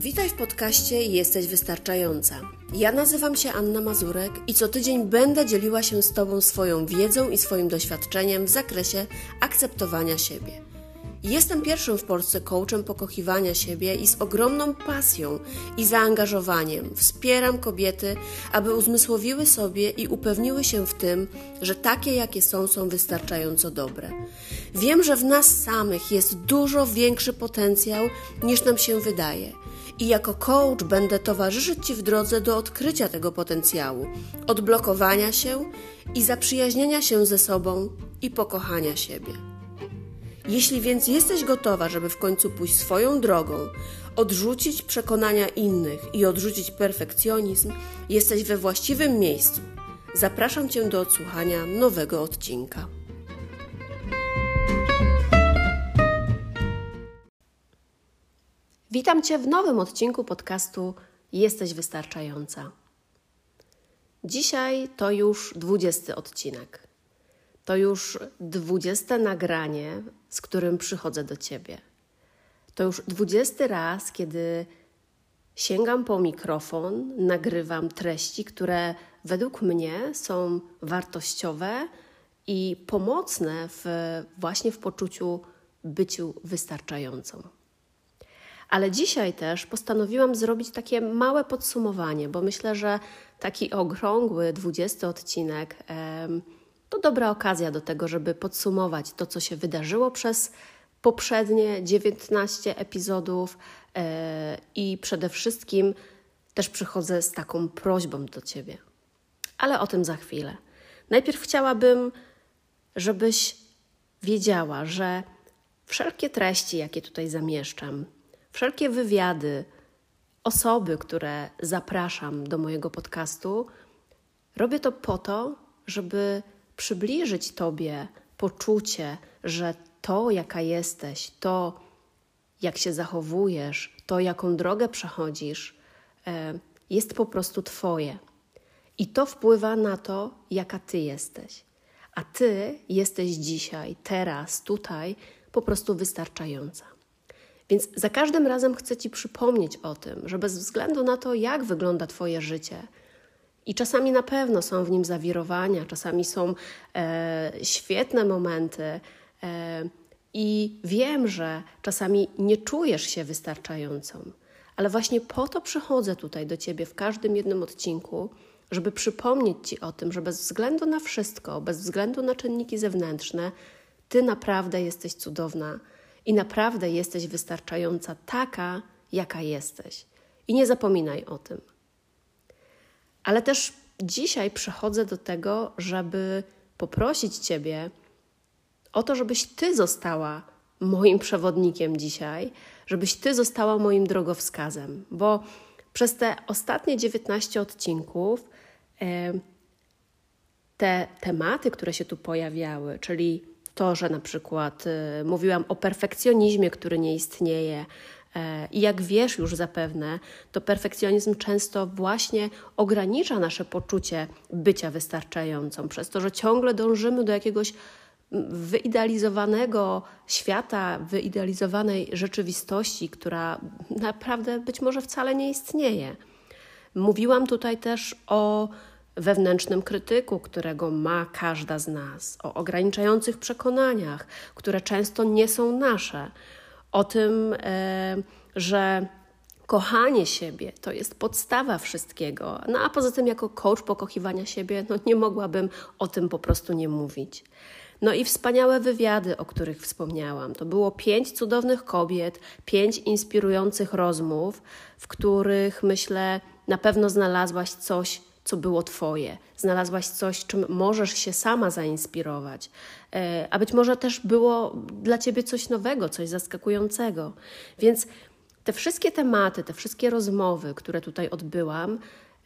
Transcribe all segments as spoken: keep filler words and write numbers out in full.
Witaj w podcaście Jesteś Wystarczająca. Ja nazywam się Anna Mazurek i co tydzień będę dzieliła się z Tobą swoją wiedzą i swoim doświadczeniem w zakresie akceptowania siebie. Jestem pierwszym w Polsce coachem pokochiwania siebie i z ogromną pasją i zaangażowaniem wspieram kobiety, aby uzmysłowiły sobie i upewniły się w tym, że takie jakie są, są wystarczająco dobre. Wiem, że w nas samych jest dużo większy potencjał niż nam się wydaje. I jako coach będę towarzyszyć Ci w drodze do odkrycia tego potencjału, odblokowania się i zaprzyjaźnienia się ze sobą i pokochania siebie. Jeśli więc jesteś gotowa, żeby w końcu pójść swoją drogą, odrzucić przekonania innych i odrzucić perfekcjonizm, jesteś we właściwym miejscu. Zapraszam Cię do odsłuchania nowego odcinka. Witam Cię w nowym odcinku podcastu Jesteś Wystarczająca. Dzisiaj to już dwudziesty odcinek. To już dwudzieste nagranie, z którym przychodzę do Ciebie. To już dwudziesty raz, kiedy sięgam po mikrofon, nagrywam treści, które według mnie są wartościowe i pomocne w, właśnie w poczuciu byciu wystarczającą. Ale dzisiaj też postanowiłam zrobić takie małe podsumowanie, bo myślę, że taki okrągły dwudziesty odcinek em, to dobra okazja do tego, żeby podsumować to, co się wydarzyło przez poprzednie dziewiętnaście epizodów e, i przede wszystkim też przychodzę z taką prośbą do Ciebie. Ale o tym za chwilę. Najpierw chciałabym, żebyś wiedziała, że wszelkie treści, jakie tutaj zamieszczam, wszelkie wywiady, osoby, które zapraszam do mojego podcastu, robię to po to, żeby przybliżyć Tobie poczucie, że to, jaka jesteś, to, jak się zachowujesz, to, jaką drogę przechodzisz, jest po prostu Twoje. I to wpływa na to, jaka Ty jesteś. A Ty jesteś dzisiaj, teraz, tutaj po prostu wystarczająca. Więc za każdym razem chcę Ci przypomnieć o tym, że bez względu na to, jak wygląda Twoje życie, i czasami na pewno są w nim zawirowania, czasami są e, świetne momenty e, i wiem, że czasami nie czujesz się wystarczającą, ale właśnie po to przychodzę tutaj do Ciebie w każdym jednym odcinku, żeby przypomnieć Ci o tym, że bez względu na wszystko, bez względu na czynniki zewnętrzne, Ty naprawdę jesteś cudowna i naprawdę jesteś wystarczająca taka, jaka jesteś. I nie zapominaj o tym. Ale też dzisiaj przychodzę do tego, żeby poprosić Ciebie o to, żebyś Ty została moim przewodnikiem dzisiaj, żebyś Ty została moim drogowskazem, bo przez te ostatnie dziewiętnaście odcinków e, te tematy, które się tu pojawiały, czyli to, że na przykład e, mówiłam o perfekcjonizmie, który nie istnieje, i jak wiesz już zapewne, to perfekcjonizm często właśnie ogranicza nasze poczucie bycia wystarczającą, przez to, że ciągle dążymy do jakiegoś wyidealizowanego świata, wyidealizowanej rzeczywistości, która naprawdę być może wcale nie istnieje. Mówiłam tutaj też o wewnętrznym krytyku, którego ma każda z nas, o ograniczających przekonaniach, które często nie są nasze, o tym, że kochanie siebie to jest podstawa wszystkiego. No a poza tym jako coach pokochiwania siebie no nie mogłabym o tym po prostu nie mówić. No i wspaniałe wywiady, o których wspomniałam. To było pięć cudownych kobiet, pięć inspirujących rozmów, w których myślę na pewno znalazłaś coś, co było Twoje. Znalazłaś coś, czym możesz się sama zainspirować. A być może też było dla Ciebie coś nowego, coś zaskakującego. Więc te wszystkie tematy, te wszystkie rozmowy, które tutaj odbyłam,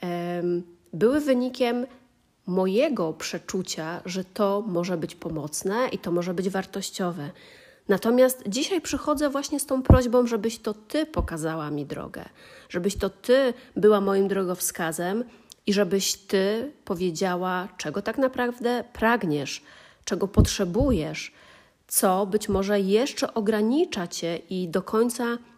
były wynikiem mojego przeczucia, że to może być pomocne i to może być wartościowe. Natomiast dzisiaj przychodzę właśnie z tą prośbą, żebyś to Ty pokazała mi drogę, żebyś to Ty była moim drogowskazem, i żebyś Ty powiedziała, czego tak naprawdę pragniesz, czego potrzebujesz, co być może jeszcze ogranicza Cię i do końca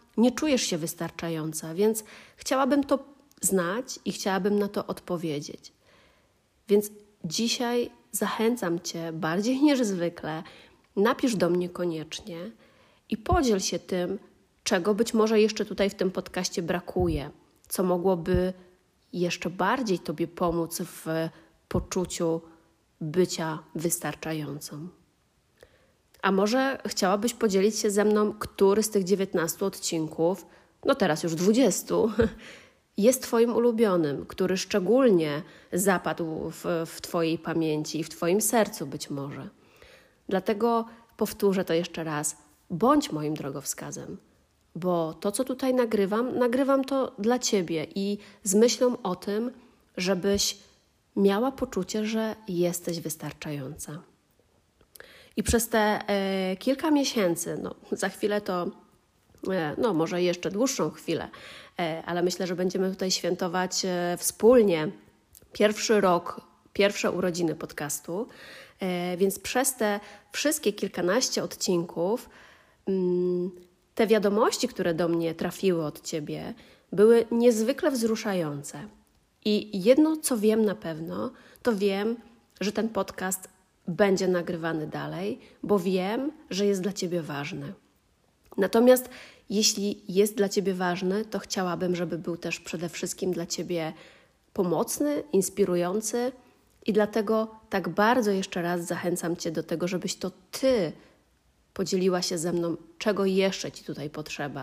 nie czujesz się wystarczająca, więc chciałabym to znać i chciałabym na to odpowiedzieć. Więc dzisiaj zachęcam Cię bardziej niż zwykle, napisz do mnie koniecznie i podziel się tym, czego być może jeszcze tutaj w tym podcaście brakuje, co mogłoby jeszcze bardziej Tobie pomóc w poczuciu bycia wystarczającą. A może chciałabyś podzielić się ze mną, który z tych dziewiętnastu odcinków, no teraz już dwudziestu, jest Twoim ulubionym, który szczególnie zapadł w, w Twojej pamięci i w Twoim sercu być może. Dlatego powtórzę to jeszcze raz. Bądź moim drogowskazem, bo to, co tutaj nagrywam, nagrywam to dla Ciebie i z myślą o tym, żebyś miała poczucie, że jesteś wystarczająca. I przez te e, kilka miesięcy, no za chwilę to, e, no może jeszcze dłuższą chwilę, e, ale myślę, że będziemy tutaj świętować e, wspólnie pierwszy rok, pierwsze urodziny podcastu, e, więc przez te wszystkie kilkanaście odcinków mm, te wiadomości, które do mnie trafiły od Ciebie, były niezwykle wzruszające. I jedno, co wiem na pewno, to wiem, że ten podcast będzie nagrywany dalej, bo wiem, że jest dla Ciebie ważny. Natomiast jeśli jest dla Ciebie ważny, to chciałabym, żeby był też przede wszystkim dla Ciebie pomocny, inspirujący i dlatego tak bardzo jeszcze raz zachęcam Cię do tego, żebyś to Ty podzieliła się ze mną, czego jeszcze Ci tutaj potrzeba.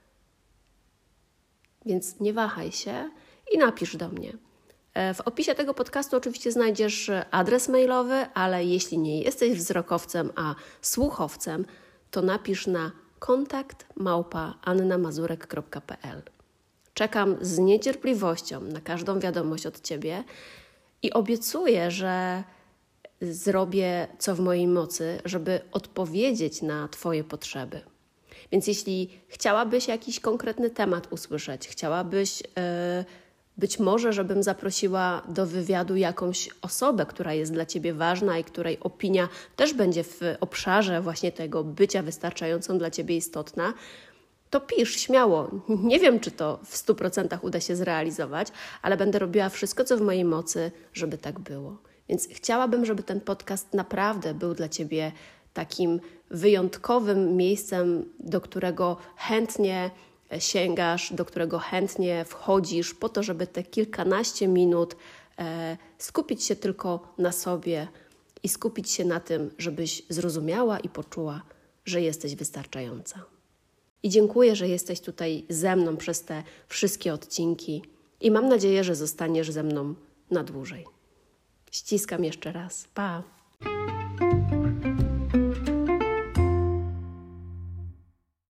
Więc nie wahaj się i napisz do mnie. W opisie tego podcastu oczywiście znajdziesz adres mailowy, ale jeśli nie jesteś wzrokowcem, a słuchowcem, to napisz na kontakt małpa anna mazurek kropka p l. Czekam z niecierpliwością na każdą wiadomość od Ciebie i obiecuję, że zrobię co w mojej mocy, żeby odpowiedzieć na Twoje potrzeby. Więc jeśli chciałabyś jakiś konkretny temat usłyszeć, chciałabyś yy, być może, żebym zaprosiła do wywiadu jakąś osobę, która jest dla Ciebie ważna i której opinia też będzie w obszarze właśnie tego bycia wystarczającą dla Ciebie istotna, to pisz śmiało. Nie wiem, czy to w stu procentach uda się zrealizować, ale będę robiła wszystko, co w mojej mocy, żeby tak było. Więc chciałabym, żeby ten podcast naprawdę był dla Ciebie takim wyjątkowym miejscem, do którego chętnie sięgasz, do którego chętnie wchodzisz po to, żeby te kilkanaście minut e, skupić się tylko na sobie i skupić się na tym, żebyś zrozumiała i poczuła, że jesteś wystarczająca. I dziękuję, że jesteś tutaj ze mną przez te wszystkie odcinki i mam nadzieję, że zostaniesz ze mną na dłużej. Ściskam jeszcze raz. Pa!